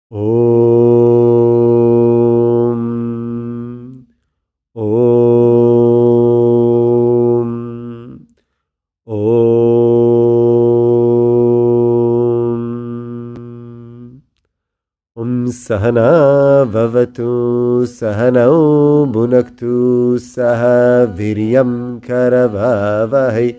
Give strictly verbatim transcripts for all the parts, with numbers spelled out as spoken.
Om. Om. Om. Om Sahana Vavatu Sahanau Bhunaktu Saha Viryam Karavavahai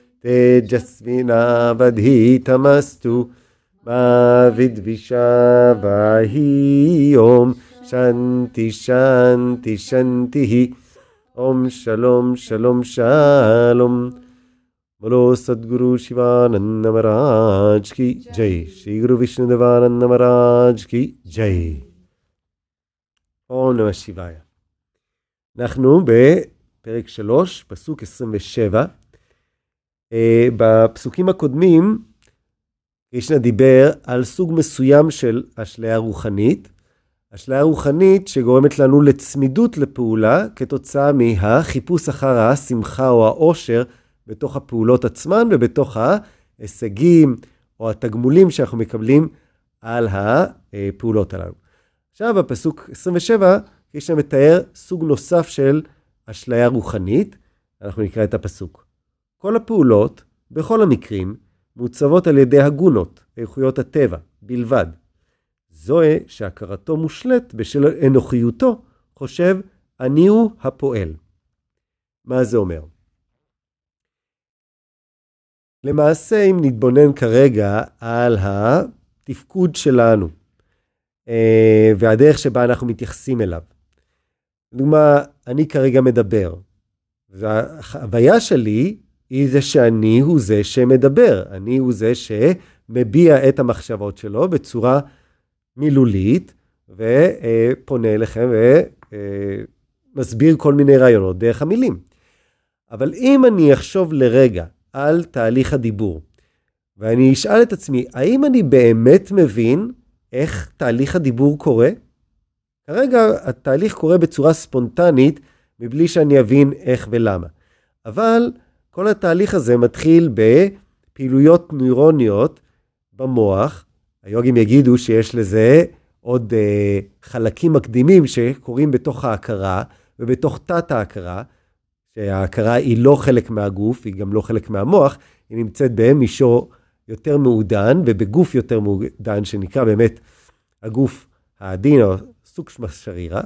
Tejasvinavadhitamastu Ma vidvishavahi. Om Shanti Shanti Shantihi. Om Shalom Shalom Shalom. Bolo Sadguru Shivananda Maharaj ki Jai. Shri Guru Vishnudevananda Maharaj ki Jai. Om Namah Shivaya. אנחנו בפרק שלוש, פסוק עשרים ושבע. בפסוקים הקודמים, קרישנה דיבר על סוג מסוים של אשליה רוחנית. אשליה רוחנית שגורמת לנו לצמידות לפעולה, כתוצאה מהחיפוש אחר השמחה או העושר, בתוך הפעולות עצמן ובתוך ההישגים או התגמולים שאנחנו מקבלים על הפעולות הללו. עכשיו בפסוק עשרים ושבע, יש שם מתאר סוג נוסף של אשליה רוחנית. אנחנו נקרא את הפסוק. כל הפעולות, בכל המקרים, מוצבות על ידי הגונות, איכויות הטבע, בלבד. זוהי שהכרתו מושלט בשל אנוכיותו, חושב, אני הוא הפועל. מה זה אומר? למעשה, אם נתבונן כרגע על התפקוד שלנו, והדרך שבה אנחנו מתייחסים אליו. לדוגמה, אני כרגע מדבר. והחוויה שלי היא זה שאני הוא זה שמדבר. אני הוא זה שמביע את המחשבות שלו בצורה מילולית, ופונה אליכם ומסביר כל מיני רעיונות דרך המילים. אבל אם אני אחשוב לרגע על תהליך הדיבור, ואני אשאל את עצמי, האם אני באמת מבין איך תהליך הדיבור קורה? כרגע התהליך קורה בצורה ספונטנית, מבלי שאני אבין איך ולמה. אבל כל התהליך הזה מתחיל בפעילויות נוירוניות במוח. היוגים יגידו שיש לזה עוד אה, חלקים מקדימים שקורים בתוך ההכרה, ובתוך תת ההכרה, שההכרה היא לא חלק מהגוף, היא גם לא חלק מהמוח, היא נמצאת במישור יותר מעודן, ובגוף יותר מעודן, שנקרא באמת הגוף העדין, או סוקשמה שרירה,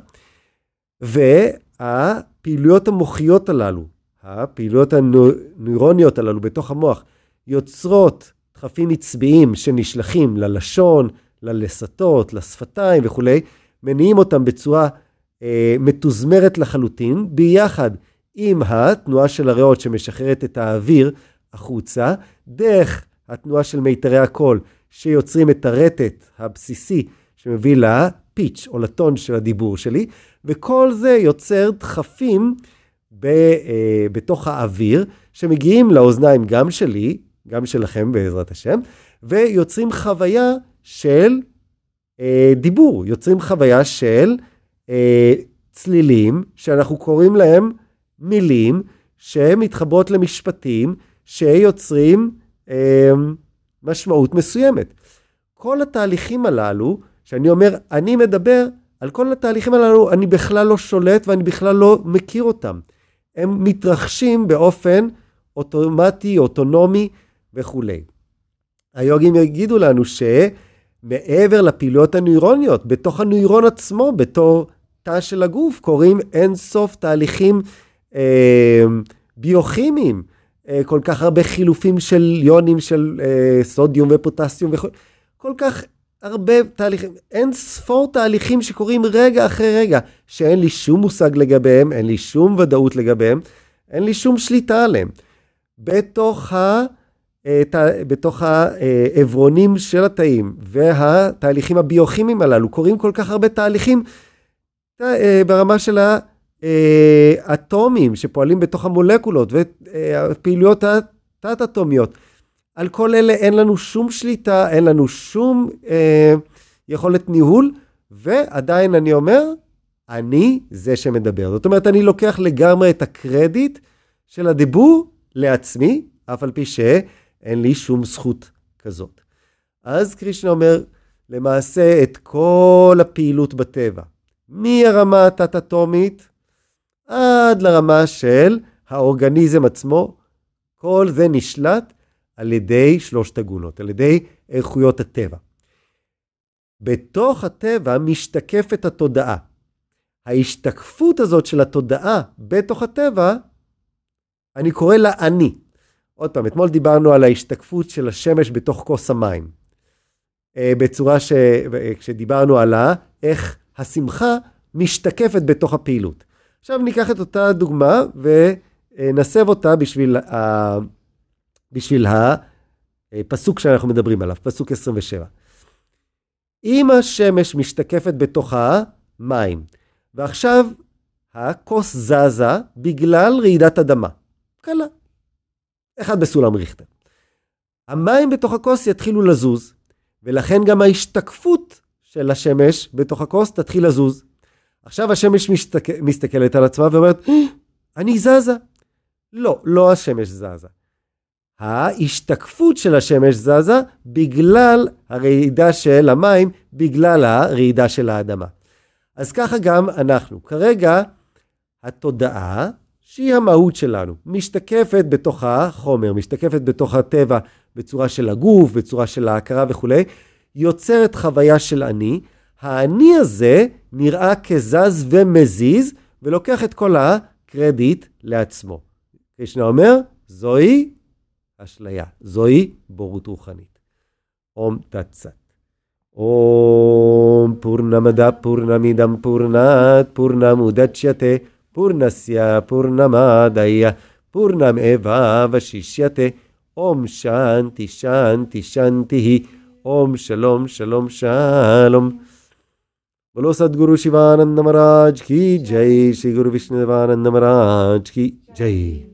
והפעילויות המוחיות הללו, הפעילויות הנוירוניות הללו בתוך המוח, יוצרות דחפים עצביים שנשלחים ללשון, ללסתות, לשפתיים וכו', מניעים אותם בצורה אה, מתוזמרת לחלוטין, ביחד עם התנועה של הריאות שמשחררת את האוויר החוצה, דרך התנועה של מיתרי הקול שיוצרים את הרטט הבסיסי שמביא לפיץ' או לטון של הדיבור שלי, וכל זה יוצר דחפים ב, אה, בתוך האוויר שמגיעים לאוזניים גם שלי, גם שלכם בעזרת השם, ויוצרים חוויה של אה, דיבור, יוצרים חוויה של אה, צלילים שאנחנו קוראים להם מילים שמתחברות למשפטים שיוצרים אה, משמעות מסוימת. כל התהליכים הללו, שאני אומר, אני מדבר, על כל התהליכים הללו אני בכלל לא שולט ואני בכלל לא מכיר אותם. הם מתרחשים באופן אוטומטי, אוטונומי וכו'. היוגים יגידו לנו שמעבר לפעילויות הנוירוניות, בתוך הנוירון עצמו, בתור תא של הגוף, קוראים אין סוף תהליכים אה, ביוכימיים, אה, כל כך הרבה חילופים של יונים של אה, סודיום ופוטסיום וכו'. כל כך הרבה תהליכים, אין ספור תהליכים שקורים רגע אחרי רגע, שאין לי שום מושג לגביהם, אין לי שום ודאות לגביהם, אין לי שום שליטה עליהם. בתוך ה... בתוך העברונים של התאים והתהליכים הביוכימיים הללו, קורים כל כך הרבה תהליכים ברמה של האטומים שפועלים בתוך המולקולות ופעילויות התת-אטומיות. על כל אלה אין לנו שום שליטה, אין לנו שום אה, יכולת ניהול, ועדיין אני אומר, אני זה שמדבר. זאת אומרת, אני לוקח לגמרי את הקרדיט של הדיבור לעצמי, אף על פי שאין לי שום זכות כזאת. אז קרישנה אומר, למעשה את כל הפעילות בטבע. מהרמה התת-אטומית עד לרמה של האורגניזם עצמו, כל זה נשלט על ידי שלושת הגונות, על ידי איכויות הטבע. בתוך הטבע משתקפת התודעה. ההשתקפות הזאת של התודעה בתוך הטבע, אני קורא לה אני. עוד פעם, אתמול דיברנו על ההשתקפות של השמש בתוך כוס המים. בצורה ש... כשדיברנו על איך השמחה משתקפת בתוך הפעילות. עכשיו ניקח את אותה דוגמה ונסב אותה בשביל, ה... בשביל הפסוק שאנחנו מדברים עליו, פסוק עשרים ושבע. אם השמש משתקפת בתוך המים, ועכשיו הכוס זזה בגלל רעידת אדמה. קלה. אחד בסולם ריכטר. המים בתוך הכוס יתחילו לזוז, ולכן גם ההשתקפות של השמש בתוך הכוס תתחיל לזוז. עכשיו השמש משתק... מסתכלת על עצמה ואומרת, אני זזה. לא, לא השמש זזה. ההשתקפות של השמש זזה בגלל הרעידה של המים, בגלל הרעידה של האדמה. אז ככה גם אנחנו. כרגע התודעה, שהיא המהות שלנו, משתקפת בתוך החומר, משתקפת בתוך הטבע, בצורה של הגוף, בצורה של ההכרה וכו', יוצרת חוויה של אני. האני הזה נראה כזז ומזיז, ולוקח את כל הקרדיט לעצמו. קרישנה אומר, זוהי אשליה, זוהי בורות רוחנית. אום תצת. אום פורנמדה פורנמידם פורנת פורנמודצ'ייתה פורנסיה פורנמדיה פורנם אבה ושישייתה אום שאנטי שאנטי שאנטי אום שלום שלום שלום. बोलो सद्गुरु शिवानंद महाराज की जय, श्री गुरु विष्णुदेवानंद महाराज की जय।